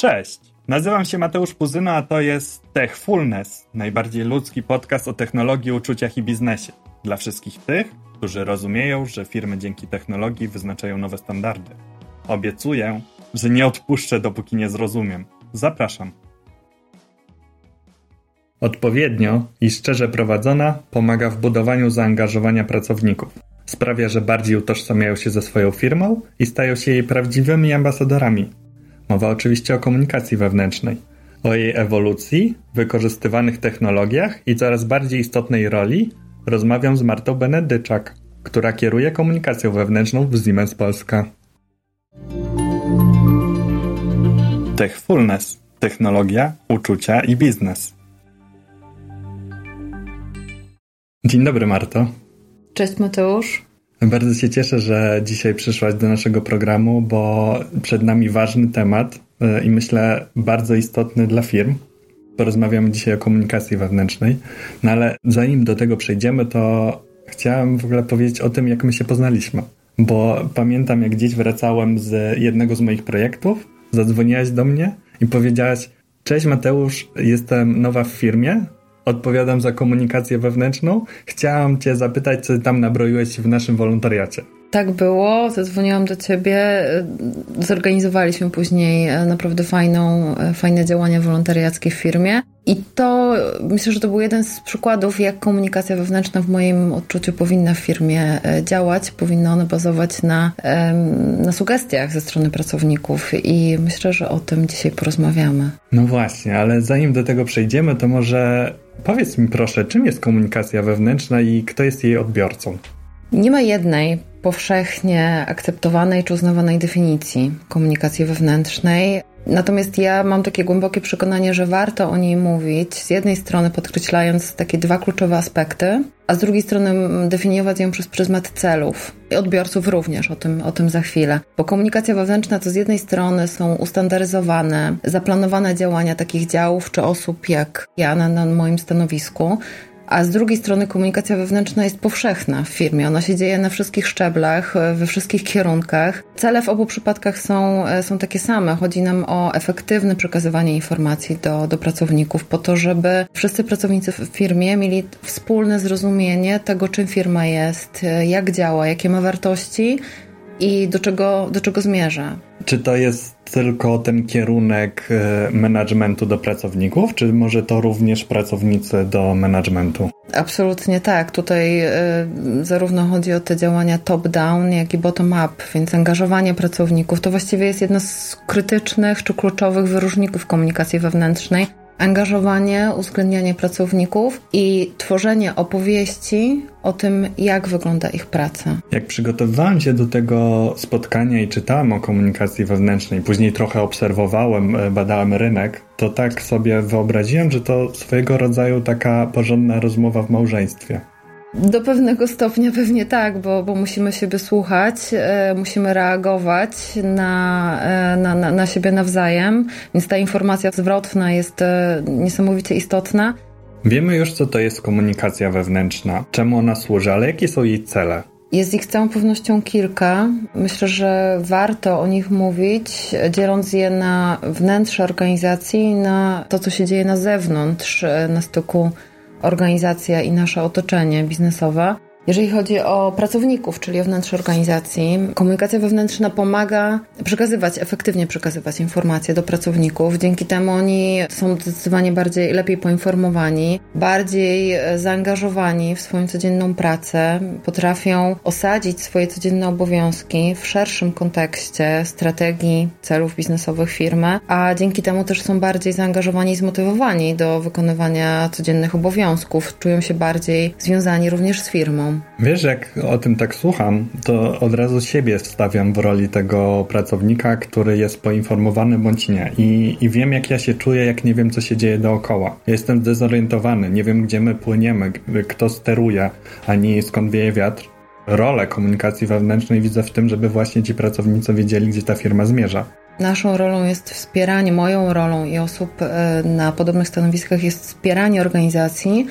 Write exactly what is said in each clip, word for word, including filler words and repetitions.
Cześć, nazywam się Mateusz Puzyna, a to jest Techfulness, najbardziej ludzki podcast o technologii, uczuciach i biznesie. Dla wszystkich tych, którzy rozumieją, że firmy dzięki technologii wyznaczają nowe standardy. Obiecuję, że nie odpuszczę, dopóki nie zrozumiem. Zapraszam. Odpowiednio i szczerze prowadzona pomaga w budowaniu zaangażowania pracowników. Sprawia, że bardziej utożsamiają się ze swoją firmą i stają się jej prawdziwymi ambasadorami. Mowa oczywiście o komunikacji wewnętrznej, o jej ewolucji, wykorzystywanych technologiach i coraz bardziej istotnej roli rozmawiam z Martą Benedyczak, która kieruje komunikacją wewnętrzną w Siemens Polska. Techfulness. Technologia, uczucia i biznes. Dzień dobry, Marto. Cześć, Mateusz. Bardzo się cieszę, że dzisiaj przyszłaś do naszego programu, bo przed nami ważny temat i myślę bardzo istotny dla firm. Porozmawiamy dzisiaj o komunikacji wewnętrznej. No ale zanim do tego przejdziemy, to chciałem w ogóle powiedzieć o tym, jak my się poznaliśmy. Bo pamiętam, jak gdzieś wracałem z jednego z moich projektów, zadzwoniłaś do mnie i powiedziałaś: cześć Mateusz, jestem nowa w firmie, odpowiadam za komunikację wewnętrzną. Chciałam cię zapytać, co tam nabroiłeś w naszym wolontariacie. Tak było, zadzwoniłam do ciebie, zorganizowaliśmy później naprawdę fajną, fajne działania wolontariackie w firmie i to myślę, że to był jeden z przykładów, jak komunikacja wewnętrzna w moim odczuciu powinna w firmie działać, powinna ona bazować na, na sugestiach ze strony pracowników i myślę, że o tym dzisiaj porozmawiamy. No właśnie, ale zanim do tego przejdziemy, to może powiedz mi proszę, czym jest komunikacja wewnętrzna i kto jest jej odbiorcą? Nie ma jednej powszechnie akceptowanej czy uznawanej definicji komunikacji wewnętrznej. Natomiast ja mam takie głębokie przekonanie, że warto o niej mówić, z jednej strony podkreślając takie dwa kluczowe aspekty, a z drugiej strony definiować ją przez pryzmat celów i odbiorców również, o tym, o tym za chwilę. Bo komunikacja wewnętrzna to z jednej strony są ustandaryzowane, zaplanowane działania takich działów czy osób jak ja na, na moim stanowisku, a z drugiej strony komunikacja wewnętrzna jest powszechna w firmie. Ona się dzieje na wszystkich szczeblach, we wszystkich kierunkach. Cele w obu przypadkach są, są takie same. Chodzi nam o efektywne przekazywanie informacji do, do pracowników po to, żeby wszyscy pracownicy w firmie mieli wspólne zrozumienie tego, czym firma jest, jak działa, jakie ma wartości i do czego, do czego zmierza. Czy to jest tylko ten kierunek managementu do pracowników, czy może to również pracownicy do managementu? Absolutnie tak. Tutaj y, zarówno chodzi o te działania top-down, jak i bottom-up, więc angażowanie pracowników to właściwie jest jedno z krytycznych czy kluczowych wyróżników komunikacji wewnętrznej. Angażowanie, uwzględnianie pracowników i tworzenie opowieści o tym, jak wygląda ich praca. Jak przygotowywałem się do tego spotkania i czytałem o komunikacji wewnętrznej, później trochę obserwowałem, badałem rynek, to tak sobie wyobraziłem, że to swojego rodzaju taka porządna rozmowa w małżeństwie. Do pewnego stopnia pewnie tak, bo, bo musimy siebie słuchać, e, musimy reagować na, e, na, na, na siebie nawzajem, więc ta informacja zwrotna jest e, niesamowicie istotna. Wiemy już, co to jest komunikacja wewnętrzna, czemu ona służy, ale jakie są jej cele? Jest ich z całą pewnością kilka. Myślę, że warto o nich mówić, dzieląc je na wnętrze organizacji i na to, co się dzieje na zewnątrz, na styku organizacja i nasze otoczenie biznesowe. Jeżeli chodzi o pracowników, czyli o wnętrze organizacji, komunikacja wewnętrzna pomaga przekazywać, efektywnie przekazywać informacje do pracowników. Dzięki temu oni są zdecydowanie bardziej, lepiej poinformowani, bardziej zaangażowani w swoją codzienną pracę, potrafią osadzić swoje codzienne obowiązki w szerszym kontekście strategii, celów biznesowych firmy, a dzięki temu też są bardziej zaangażowani i zmotywowani do wykonywania codziennych obowiązków. Czują się bardziej związani również z firmą. Wiesz, jak o tym tak słucham, to od razu siebie wstawiam w roli tego pracownika, który jest poinformowany bądź nie. I, i wiem, jak ja się czuję, jak nie wiem, co się dzieje dookoła. Ja jestem zdezorientowany, nie wiem, gdzie my płyniemy, kto steruje, ani skąd wieje wiatr. Rolę komunikacji wewnętrznej widzę w tym, żeby właśnie ci pracownicy wiedzieli, gdzie ta firma zmierza. Naszą rolą jest wspieranie, moją rolą i osób na podobnych stanowiskach jest wspieranie organizacji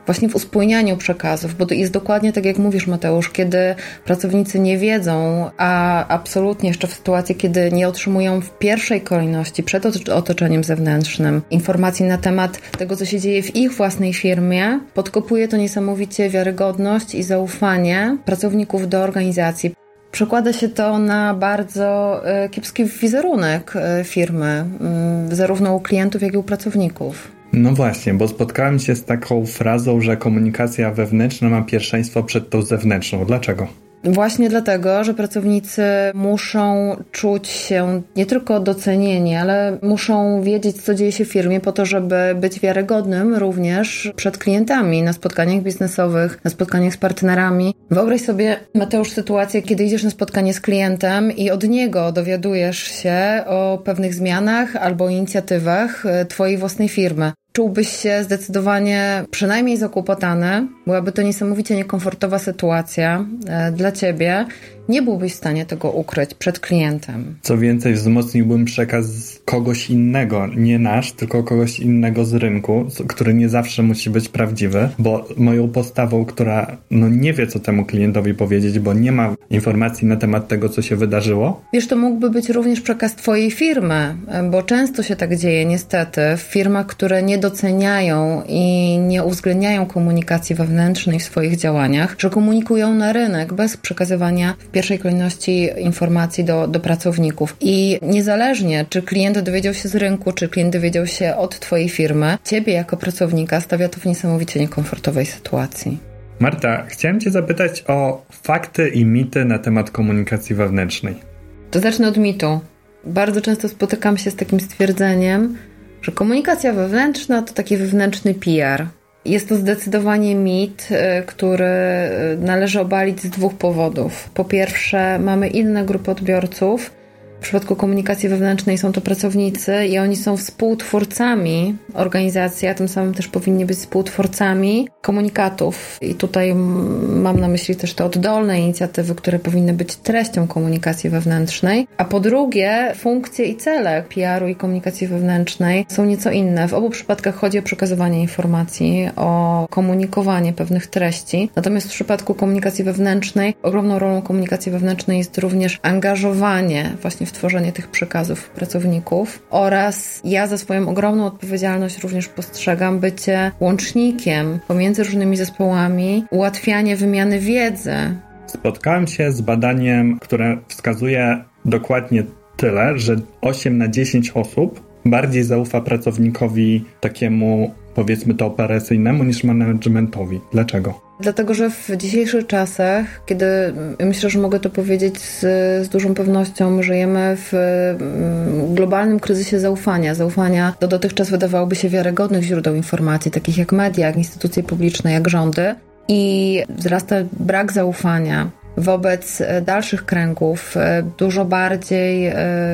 właśnie w uspójnianiu przekazów, bo to jest dokładnie tak, jak mówisz, Mateusz, kiedy pracownicy nie wiedzą, a absolutnie jeszcze w sytuacji, kiedy nie otrzymują w pierwszej kolejności przed otoczeniem zewnętrznym informacji na temat tego, co się dzieje w ich własnej firmie, podkopuje to niesamowicie wiarygodność i zaufanie pracowników do organizacji. Przekłada się to na bardzo kiepski wizerunek firmy, zarówno u klientów, jak i u pracowników. No właśnie, bo spotkałem się z taką frazą, że komunikacja wewnętrzna ma pierwszeństwo przed tą zewnętrzną. Dlaczego? Właśnie dlatego, że pracownicy muszą czuć się nie tylko docenieni, ale muszą wiedzieć, co dzieje się w firmie po to, żeby być wiarygodnym również przed klientami na spotkaniach biznesowych, na spotkaniach z partnerami. Wyobraź sobie, Mateusz, sytuację, kiedy idziesz na spotkanie z klientem i od niego dowiadujesz się o pewnych zmianach albo inicjatywach twojej własnej firmy. Czułbyś się zdecydowanie przynajmniej zakłopotany. Byłaby to niesamowicie niekomfortowa sytuacja e, dla ciebie. Nie byłbyś w stanie tego ukryć przed klientem. Co więcej, wzmocniłbym przekaz kogoś innego, nie nasz, tylko kogoś innego z rynku, który nie zawsze musi być prawdziwy, bo moją postawą, która no nie wie, co temu klientowi powiedzieć, bo nie ma informacji na temat tego, co się wydarzyło. Wiesz, to mógłby być również przekaz twojej firmy, bo często się tak dzieje niestety w firmach, które nie doceniają i nie uwzględniają komunikacji wewnętrznej w swoich działaniach, że komunikują na rynek bez przekazywania w pierwszej kolejności informacji do, do pracowników. I niezależnie, czy klient dowiedział się z rynku, czy klient dowiedział się od twojej firmy, ciebie jako pracownika stawia to w niesamowicie niekomfortowej sytuacji. Marta, chciałem cię zapytać o fakty i mity na temat komunikacji wewnętrznej. To zacznę od mitu. Bardzo często spotykam się z takim stwierdzeniem, że komunikacja wewnętrzna to taki wewnętrzny P R. Jest to zdecydowanie mit, który należy obalić z dwóch powodów. Po pierwsze, mamy inne grupy odbiorców. W przypadku komunikacji wewnętrznej są to pracownicy i oni są współtwórcami organizacji, a tym samym też powinni być współtwórcami komunikatów. I tutaj mam na myśli też te oddolne inicjatywy, które powinny być treścią komunikacji wewnętrznej. A po drugie, funkcje i cele P R u i komunikacji wewnętrznej są nieco inne. W obu przypadkach chodzi o przekazywanie informacji, o komunikowanie pewnych treści. Natomiast w przypadku komunikacji wewnętrznej ogromną rolą komunikacji wewnętrznej jest również angażowanie właśnie w tworzenie tych przekazów pracowników oraz ja za swoją ogromną odpowiedzialność również postrzegam bycie łącznikiem pomiędzy różnymi zespołami, ułatwianie wymiany wiedzy. Spotkałem się z badaniem, które wskazuje dokładnie tyle, że osiem na dziesięć osób bardziej zaufa pracownikowi takiemu, powiedzmy to, operacyjnemu niż managementowi. Dlaczego? Dlatego, że w dzisiejszych czasach, kiedy myślę, że mogę to powiedzieć z, z dużą pewnością, żyjemy w globalnym kryzysie zaufania. Zaufania do dotychczas wydawałoby się wiarygodnych źródeł informacji, takich jak media, jak instytucje publiczne, jak rządy. I wzrasta brak zaufania wobec dalszych kręgów. Dużo bardziej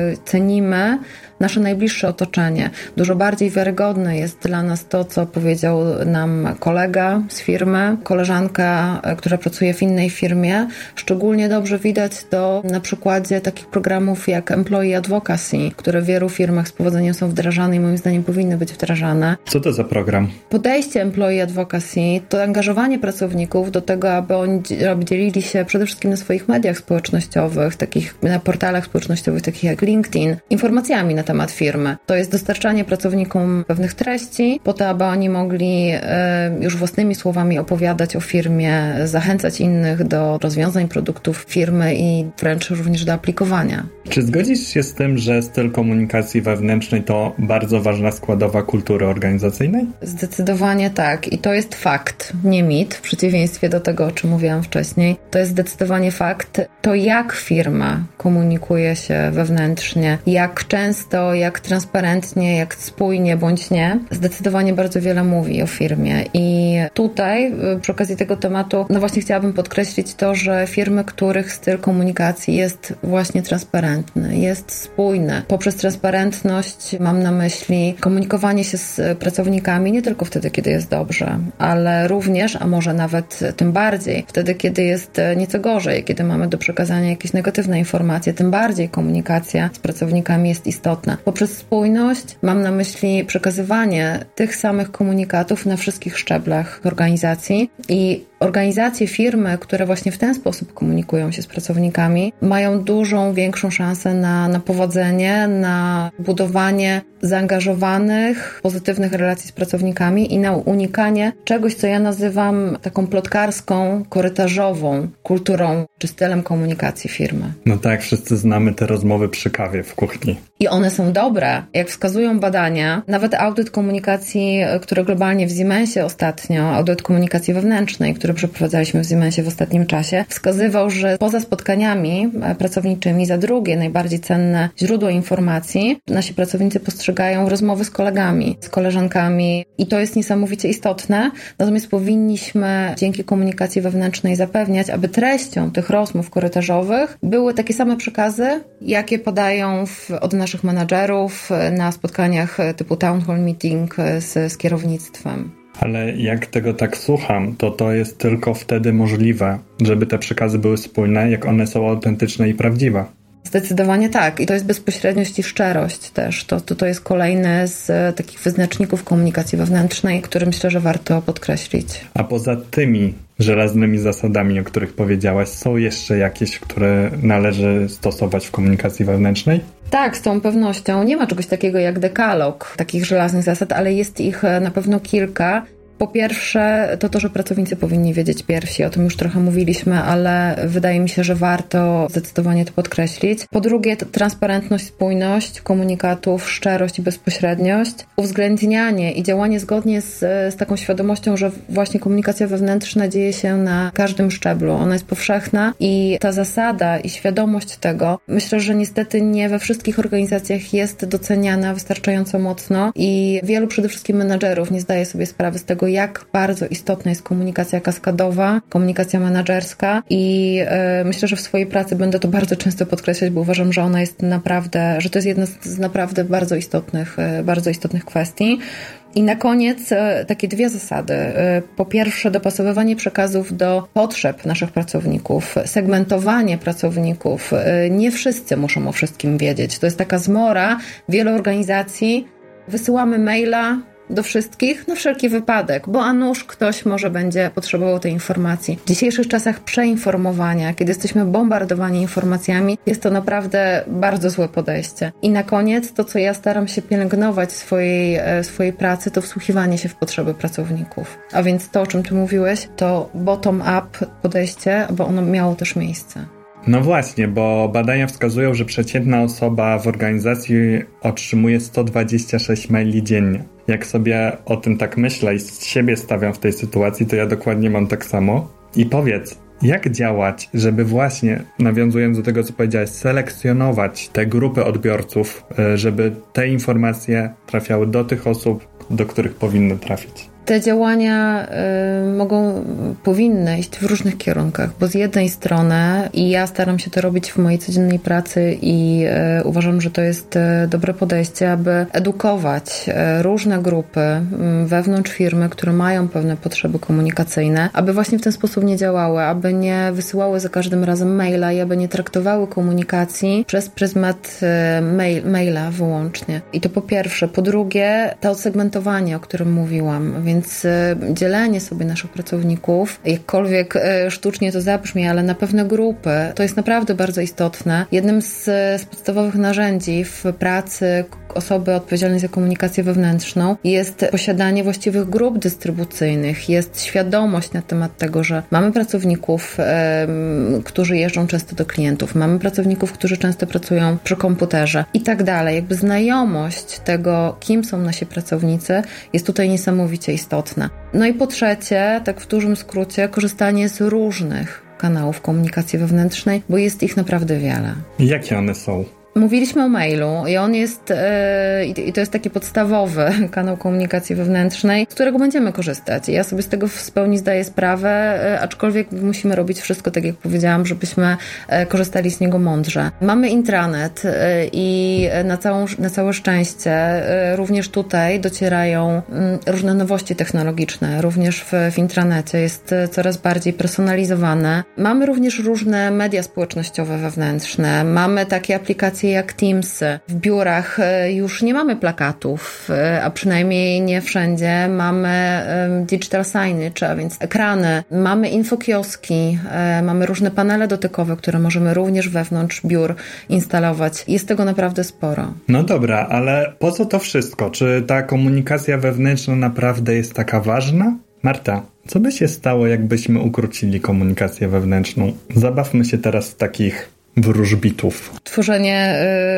cenimy nasze najbliższe otoczenie. Dużo bardziej wiarygodne jest dla nas to, co powiedział nam kolega z firmy, koleżanka, która pracuje w innej firmie. Szczególnie dobrze widać to na przykładzie takich programów jak Employee Advocacy, które w wielu firmach z powodzeniem są wdrażane i moim zdaniem powinny być wdrażane. Co to za program? Podejście Employee Advocacy to angażowanie pracowników do tego, aby oni dzielili się przede wszystkim na swoich mediach społecznościowych, takich na portalach społecznościowych, takich jak LinkedIn, informacjami na temat firmy. To jest dostarczanie pracownikom pewnych treści po to, aby oni mogli już własnymi słowami opowiadać o firmie, zachęcać innych do rozwiązań produktów firmy i wręcz również do aplikowania. Czy zgodzisz się z tym, że styl komunikacji wewnętrznej to bardzo ważna składowa kultury organizacyjnej? Zdecydowanie tak. I to jest fakt, nie mit, w przeciwieństwie do tego, o czym mówiłam wcześniej. To jest zdecydowanie fakt. To jak firma komunikuje się wewnętrznie, jak często, jak transparentnie, jak spójnie bądź nie, zdecydowanie bardzo wiele mówi o firmie. I tutaj przy okazji tego tematu, no właśnie chciałabym podkreślić to, że firmy, których styl komunikacji jest właśnie transparentny, transparentny, jest spójny. Poprzez transparentność mam na myśli komunikowanie się z pracownikami nie tylko wtedy, kiedy jest dobrze, ale również, a może nawet tym bardziej, wtedy, kiedy jest nieco gorzej, kiedy mamy do przekazania jakieś negatywne informacje, tym bardziej komunikacja z pracownikami jest istotna. Poprzez spójność mam na myśli przekazywanie tych samych komunikatów na wszystkich szczeblach organizacji i organizacje, firmy, które właśnie w ten sposób komunikują się z pracownikami, mają dużą, większą szansę na, na powodzenie, na budowanie zaangażowanych, pozytywnych relacji z pracownikami i na unikanie czegoś, co ja nazywam taką plotkarską, korytarzową kulturą czy stylem komunikacji firmy. No tak, wszyscy znamy te rozmowy przy kawie w kuchni. I one są dobre. Jak wskazują badania, nawet audyt komunikacji, który globalnie w Siemensie ostatnio, audyt komunikacji wewnętrznej, który przeprowadzaliśmy w Siemensie w ostatnim czasie, wskazywał, że poza spotkaniami pracowniczymi za drugie najbardziej cenne źródło informacji nasi pracownicy postrzegają rozmowy z kolegami, z koleżankami i to jest niesamowicie istotne. Natomiast powinniśmy dzięki komunikacji wewnętrznej zapewniać, aby treścią tych rozmów korytarzowych były takie same przekazy, jakie podają w, od naszych menadżerów na spotkaniach typu town hall meeting z, z kierownictwem. Ale jak tego tak słucham, to to jest tylko wtedy możliwe, żeby te przekazy były spójne, jak one są autentyczne i prawdziwe. Zdecydowanie tak. I to jest bezpośredniość i szczerość też. To, to, to jest kolejny z takich wyznaczników komunikacji wewnętrznej, który myślę, że warto podkreślić. A poza tymi żelaznymi zasadami, o których powiedziałaś, są jeszcze jakieś, które należy stosować w komunikacji wewnętrznej? Tak, z całą pewnością. Nie ma czegoś takiego jak dekalog takich żelaznych zasad, ale jest ich na pewno kilka. Po pierwsze, to to, że pracownicy powinni wiedzieć pierwsi, o tym już trochę mówiliśmy, ale wydaje mi się, że warto zdecydowanie to podkreślić. Po drugie, to transparentność, spójność komunikatów, szczerość i bezpośredniość, uwzględnianie i działanie zgodnie z, z taką świadomością, że właśnie komunikacja wewnętrzna dzieje się na każdym szczeblu. Ona jest powszechna i ta zasada i świadomość tego, myślę, że niestety nie we wszystkich organizacjach jest doceniana wystarczająco mocno i wielu przede wszystkim menadżerów nie zdaje sobie sprawy z tego, jak bardzo istotna jest komunikacja kaskadowa, komunikacja menadżerska i y, myślę, że w swojej pracy będę to bardzo często podkreślać, bo uważam, że ona jest naprawdę, że to jest jedna z, z naprawdę bardzo istotnych, y, bardzo istotnych kwestii. I na koniec y, takie dwie zasady. Y, po pierwsze, dopasowywanie przekazów do potrzeb naszych pracowników, segmentowanie pracowników. Y, nie wszyscy muszą o wszystkim wiedzieć. To jest taka zmora wielu organizacji. Wysyłamy maila do wszystkich na wszelki wypadek, bo a nuż ktoś może będzie potrzebował tej informacji. W dzisiejszych czasach przeinformowania, kiedy jesteśmy bombardowani informacjami, jest to naprawdę bardzo złe podejście. I na koniec to, co ja staram się pielęgnować w swojej, swojej pracy, to wsłuchiwanie się w potrzeby pracowników. A więc to, o czym ty mówiłeś, to bottom-up podejście, bo ono miało też miejsce. No właśnie, bo badania wskazują, że przeciętna osoba w organizacji otrzymuje sto dwadzieścia sześć maili dziennie. Jak sobie o tym tak myślę i z siebie stawiam w tej sytuacji, to ja dokładnie mam tak samo. I powiedz, jak działać, żeby właśnie, nawiązując do tego, co powiedziałeś, selekcjonować te grupy odbiorców, żeby te informacje trafiały do tych osób, do których powinny trafić? Te działania y, mogą, powinny iść w różnych kierunkach, bo z jednej strony, i ja staram się to robić w mojej codziennej pracy i y, uważam, że to jest y, dobre podejście, aby edukować y, różne grupy y, wewnątrz firmy, które mają pewne potrzeby komunikacyjne, aby właśnie w ten sposób nie działały, aby nie wysyłały za każdym razem maila i aby nie traktowały komunikacji przez pryzmat y, mail, maila wyłącznie. I to po pierwsze. Po drugie, to odsegmentowanie, o którym mówiłam, więc dzielenie sobie naszych pracowników, jakkolwiek sztucznie to zabrzmi, ale na pewne grupy, to jest naprawdę bardzo istotne. Jednym z, z podstawowych narzędzi w pracy osoby odpowiedzialnej za komunikację wewnętrzną jest posiadanie właściwych grup dystrybucyjnych, jest świadomość na temat tego, że mamy pracowników, um, którzy jeżdżą często do klientów, mamy pracowników, którzy często pracują przy komputerze i tak dalej. Jakby znajomość tego, kim są nasi pracownicy, jest tutaj niesamowicie istotna. No i po trzecie, tak w dużym skrócie, korzystanie z różnych kanałów komunikacji wewnętrznej, bo jest ich naprawdę wiele. Jakie one są? Mówiliśmy o mailu i on jest, yy, i to jest taki podstawowy kanał komunikacji wewnętrznej, z którego będziemy korzystać. Ja sobie z tego w pełni zdaję sprawę, yy, aczkolwiek musimy robić wszystko, tak jak powiedziałam, żebyśmy yy, korzystali z niego mądrze. Mamy intranet yy, i na, całą, na całe szczęście yy, również tutaj docierają yy, różne nowości technologiczne. Również w, w intranecie jest yy, coraz bardziej personalizowane. Mamy również różne media społecznościowe wewnętrzne. Mamy takie aplikacje jak Teams. W biurach już nie mamy plakatów, a przynajmniej nie wszędzie. Mamy digital signage, a więc ekrany. Mamy infokioski, mamy różne panele dotykowe, które możemy również wewnątrz biur instalować. Jest tego naprawdę sporo. No dobra, ale po co to wszystko? Czy ta komunikacja wewnętrzna naprawdę jest taka ważna? Marta, co by się stało, jakbyśmy ukrócili komunikację wewnętrzną? Zabawmy się teraz w takich wróżbitów. Tworzenie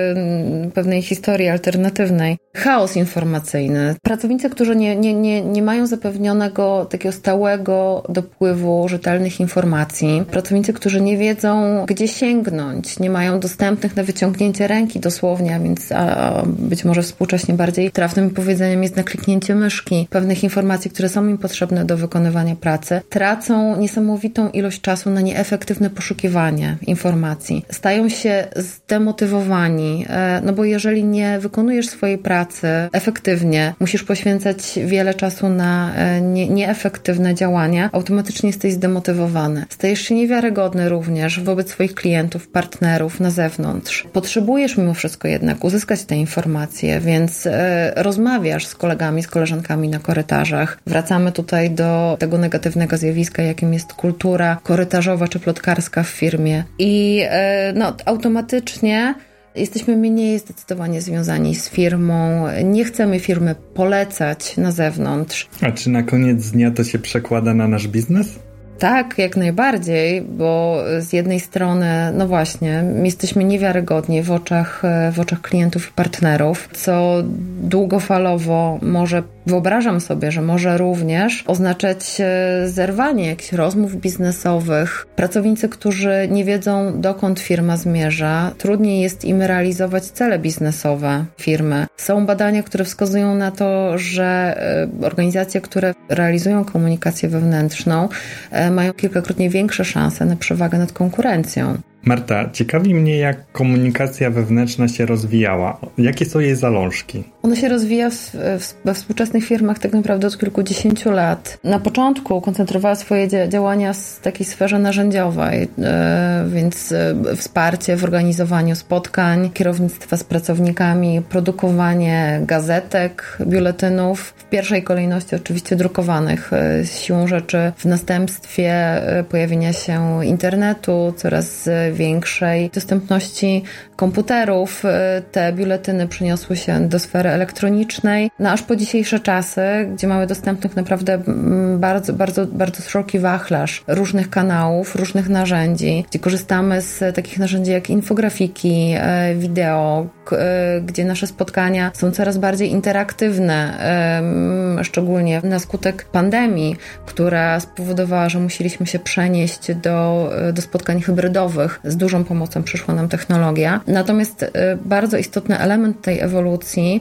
y, pewnej historii alternatywnej. Chaos informacyjny. Pracownicy, którzy nie, nie, nie, nie mają zapewnionego takiego stałego dopływu rzetelnych informacji. Pracownicy, którzy nie wiedzą, gdzie sięgnąć. Nie mają dostępnych na wyciągnięcie ręki dosłownie, a więc a, być może współcześnie bardziej trafnym powiedzeniem jest na kliknięcie myszki pewnych informacji, które są im potrzebne do wykonywania pracy. Tracą niesamowitą ilość czasu na nieefektywne poszukiwanie informacji. Stają się zdemotywowani, no bo jeżeli nie wykonujesz swojej pracy efektywnie, musisz poświęcać wiele czasu na nie, nieefektywne działania, automatycznie jesteś zdemotywowany. Stajesz się niewiarygodny również wobec swoich klientów, partnerów na zewnątrz. Potrzebujesz mimo wszystko jednak uzyskać te informacje, więc rozmawiasz z kolegami, z koleżankami na korytarzach. Wracamy tutaj do tego negatywnego zjawiska, jakim jest kultura korytarzowa czy plotkarska w firmie. I no, automatycznie jesteśmy mniej zdecydowanie związani z firmą. Nie chcemy firmy polecać na zewnątrz. A czy na koniec dnia to się przekłada na nasz biznes? Tak, jak najbardziej, bo z jednej strony, no właśnie, jesteśmy niewiarygodni w oczach, w oczach klientów i partnerów, co długofalowo może, wyobrażam sobie, że może również oznaczać zerwanie jakichś rozmów biznesowych. Pracownicy, którzy nie wiedzą, dokąd firma zmierza, trudniej jest im realizować cele biznesowe firmy. Są badania, które wskazują na to, że organizacje, które realizują komunikację wewnętrzną, mają kilkakrotnie większe szanse na przewagę nad konkurencją. Marta, ciekawi mnie, jak komunikacja wewnętrzna się rozwijała. Jakie są jej zalążki? Ona się rozwija w, w, we współczesnych firmach tak naprawdę od kilkudziesięciu lat. Na początku koncentrowała swoje dzia- działania w takiej sferze narzędziowej, yy, więc yy, wsparcie w organizowaniu spotkań, kierownictwa z pracownikami, produkowanie gazetek, biuletynów, w pierwszej kolejności oczywiście drukowanych. Yy, siłą rzeczy w następstwie yy, pojawienia się internetu, coraz yy, większej dostępności komputerów, te biuletyny przeniosły się do sfery elektronicznej, no aż po dzisiejsze czasy, gdzie mamy dostępnych naprawdę bardzo, bardzo, bardzo szeroki wachlarz różnych kanałów, różnych narzędzi, gdzie korzystamy z takich narzędzi jak infografiki, wideo, gdzie nasze spotkania są coraz bardziej interaktywne, szczególnie na skutek pandemii, która spowodowała, że musieliśmy się przenieść do, do spotkań hybrydowych. Z dużą pomocą przyszła nam technologia. Natomiast bardzo istotny element tej ewolucji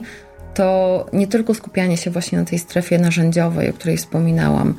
to nie tylko skupianie się właśnie na tej strefie narzędziowej, o której wspominałam,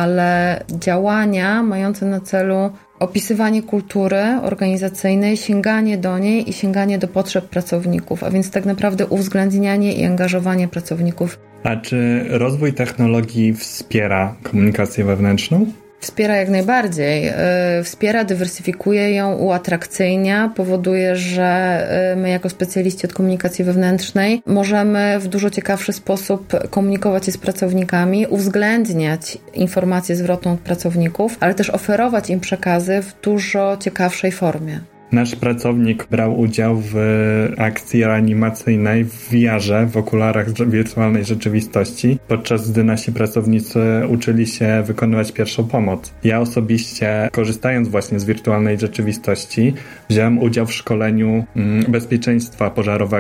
ale działania mające na celu opisywanie kultury organizacyjnej, sięganie do niej i sięganie do potrzeb pracowników, a więc tak naprawdę uwzględnianie i angażowanie pracowników. A czy rozwój technologii wspiera komunikację wewnętrzną? Wspiera jak najbardziej. Yy, wspiera, dywersyfikuje ją, uatrakcyjnia, powoduje, że yy, my jako specjaliści od komunikacji wewnętrznej możemy w dużo ciekawszy sposób komunikować się z pracownikami, uwzględniać informację zwrotną od pracowników, ale też oferować im przekazy w dużo ciekawszej formie. Nasz pracownik brał udział w akcji reanimacyjnej w V R-ze, w okularach wirtualnej rzeczywistości, podczas gdy nasi pracownicy uczyli się wykonywać pierwszą pomoc. Ja osobiście, korzystając właśnie z wirtualnej rzeczywistości, wziąłem udział w szkoleniu bezpieczeństwa pożarowego.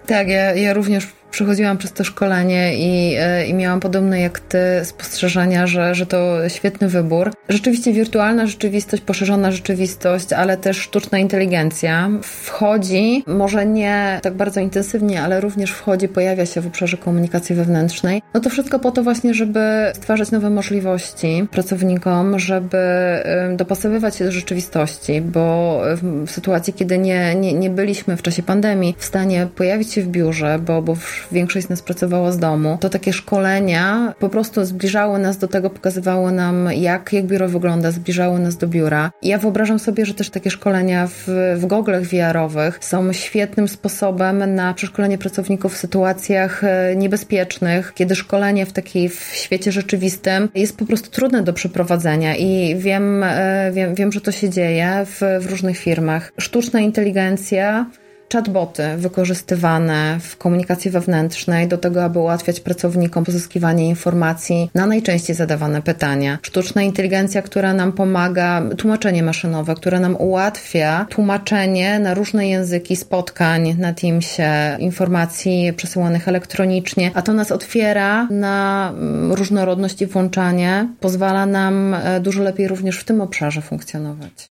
Tak, ja, ja również przechodziłam przez to szkolenie i, i miałam podobne jak ty spostrzeżenia, że, że to świetny wybór. Rzeczywiście wirtualna rzeczywistość, poszerzona rzeczywistość, ale też sztuczna inteligencja wchodzi, może nie tak bardzo intensywnie, ale również wchodzi, pojawia się w obszarze komunikacji wewnętrznej. No to wszystko po to właśnie, żeby stwarzać nowe możliwości pracownikom, żeby dopasowywać się do rzeczywistości, bo w sytuacji, kiedy nie, nie, nie byliśmy w czasie pandemii w stanie pojawić się w biurze, bo, bo większość z nas pracowała z domu, to takie szkolenia po prostu zbliżały nas do tego, pokazywały nam, jak, jak biuro wygląda, zbliżały nas do biura. I ja wyobrażam sobie, że też takie szkolenia w, w goglach V R-owych są świetnym sposobem na przeszkolenie pracowników w sytuacjach niebezpiecznych, kiedy szkolenie w takiej w świecie rzeczywistym jest po prostu trudne do przeprowadzenia i wiem, wiem, wiem że to się dzieje w, w różnych firmach. Sztuczna inteligencja, chatboty wykorzystywane w komunikacji wewnętrznej do tego, aby ułatwiać pracownikom pozyskiwanie informacji na najczęściej zadawane pytania. Sztuczna inteligencja, która nam pomaga, tłumaczenie maszynowe, które nam ułatwia tłumaczenie na różne języki spotkań na Teamsie, informacji przesyłanych elektronicznie, a to nas otwiera na różnorodność i włączanie, pozwala nam dużo lepiej również w tym obszarze funkcjonować.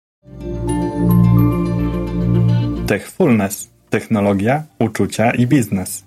Techfulness. Technologia, uczucia i biznes.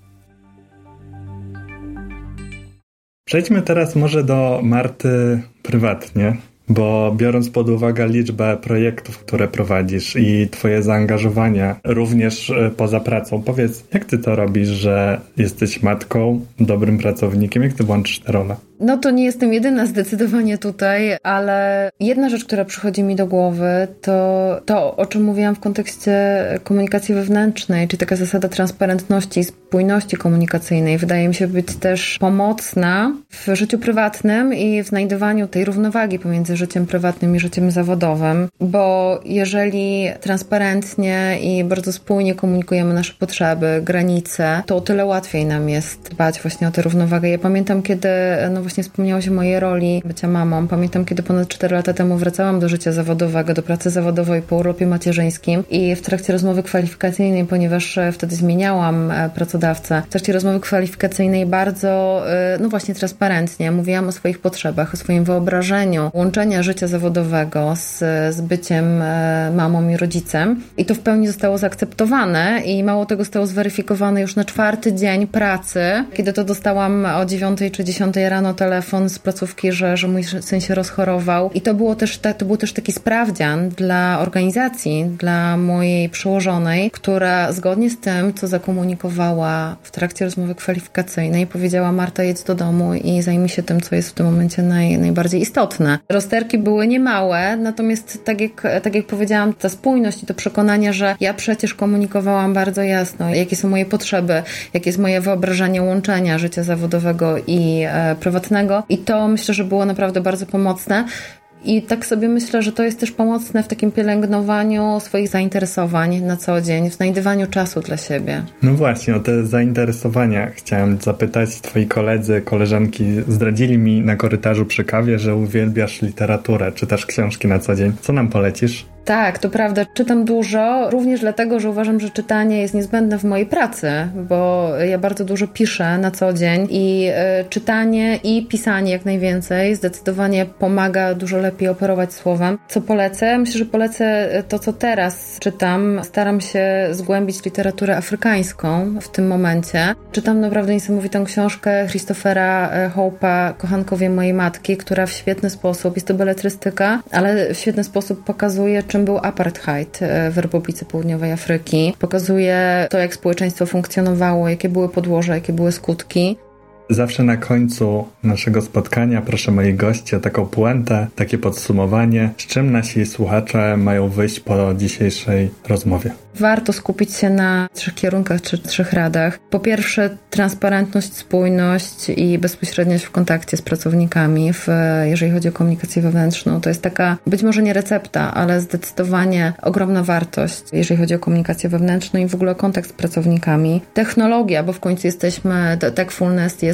Przejdźmy teraz może do Marty prywatnie, bo biorąc pod uwagę liczbę projektów, które prowadzisz i twoje zaangażowania również poza pracą, powiedz, jak ty to robisz, że jesteś matką, dobrym pracownikiem, jak ty łączysz te role? No to nie jestem jedyna zdecydowanie tutaj, ale jedna rzecz, która przychodzi mi do głowy, to to, o czym mówiłam w kontekście komunikacji wewnętrznej, czyli taka zasada transparentności i spójności komunikacyjnej. Wydaje mi się być też pomocna w życiu prywatnym i w znajdowaniu tej równowagi pomiędzy życiem prywatnym i życiem zawodowym, bo jeżeli transparentnie i bardzo spójnie komunikujemy nasze potrzeby, granice, to o tyle łatwiej nam jest dbać właśnie o tę równowagę. Ja pamiętam, kiedy no właśnie wspomniałaś o mojej roli bycia mamą. Pamiętam, kiedy ponad cztery lata temu wracałam do życia zawodowego, do pracy zawodowej po urlopie macierzyńskim i w trakcie rozmowy kwalifikacyjnej, ponieważ wtedy zmieniałam pracodawcę, w trakcie rozmowy kwalifikacyjnej bardzo, no właśnie transparentnie mówiłam o swoich potrzebach, o swoim wyobrażeniu łączenia życia zawodowego z, z byciem mamą i rodzicem. I to w pełni zostało zaakceptowane i mało tego zostało zweryfikowane już na czwarty dzień pracy, kiedy to dostałam o dziewiątej czy dziesiątej rano telefon z placówki, że, że mój syn się rozchorował. I to było też, to był też taki sprawdzian dla organizacji, dla mojej przełożonej, która zgodnie z tym, co zakomunikowała w trakcie rozmowy kwalifikacyjnej, powiedziała: Marta, jedź do domu i zajmij się tym, co jest w tym momencie naj, najbardziej istotne. Rozterki były niemałe, natomiast tak jak, tak jak powiedziałam, ta spójność i to przekonanie, że ja przecież komunikowałam bardzo jasno, jakie są moje potrzeby, jakie jest moje wyobrażenie łączenia życia zawodowego i e, prywatnego. I to myślę, że było naprawdę bardzo pomocne. I tak sobie myślę, że to jest też pomocne w takim pielęgnowaniu swoich zainteresowań na co dzień, w znajdywaniu czasu dla siebie. No właśnie, o te zainteresowania chciałam zapytać. Twoi koledzy, koleżanki zdradzili mi na korytarzu przy kawie, że uwielbiasz literaturę, czytasz książki na co dzień. Co nam polecisz? Tak, to prawda. Czytam dużo, również dlatego, że uważam, że czytanie jest niezbędne w mojej pracy, bo ja bardzo dużo piszę na co dzień i y, czytanie i pisanie jak najwięcej zdecydowanie pomaga dużo lepiej operować słowem. Co polecę? Myślę, że polecę to, co teraz czytam. Staram się zgłębić literaturę afrykańską w tym momencie. Czytam naprawdę niesamowitą książkę Christophera Hope'a, Kochankowie mojej matki, która w świetny sposób, jest to beletrystyka, ale w świetny sposób pokazuje, czym był apartheid w Republice Południowej Afryki. Pokazuje to, jak społeczeństwo funkcjonowało, jakie były podłoża, jakie były skutki. Zawsze na końcu naszego spotkania proszę moich gości o taką puentę, takie podsumowanie, z czym nasi słuchacze mają wyjść po dzisiejszej rozmowie. Warto skupić się na trzech kierunkach czy trzech radach. Po pierwsze, transparentność, spójność i bezpośredniość w kontakcie z pracownikami, w, jeżeli chodzi o komunikację wewnętrzną. To jest taka, być może nie recepta, ale zdecydowanie ogromna wartość, jeżeli chodzi o komunikację wewnętrzną i w ogóle kontakt z pracownikami. Technologia, bo w końcu jesteśmy, Techfulness jest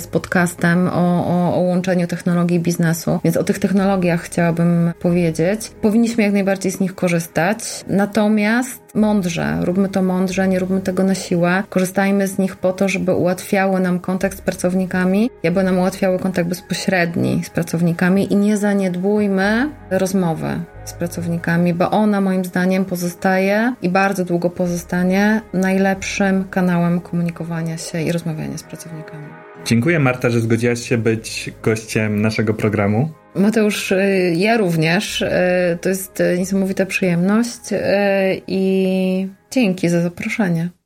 jest podcastem o, o, o łączeniu technologii i biznesu, więc o tych technologiach chciałabym powiedzieć. Powinniśmy jak najbardziej z nich korzystać, natomiast mądrze, róbmy to mądrze, nie róbmy tego na siłę. Korzystajmy z nich po to, żeby ułatwiały nam kontakt z pracownikami, aby nam ułatwiały kontakt bezpośredni z pracownikami i nie zaniedbujmy rozmowy z pracownikami, bo ona moim zdaniem pozostaje i bardzo długo pozostanie najlepszym kanałem komunikowania się i rozmawiania z pracownikami. Dziękuję, Marta, że zgodziłaś się być gościem naszego programu. Mateusz, ja również. To jest niesamowita przyjemność i dzięki za zaproszenie.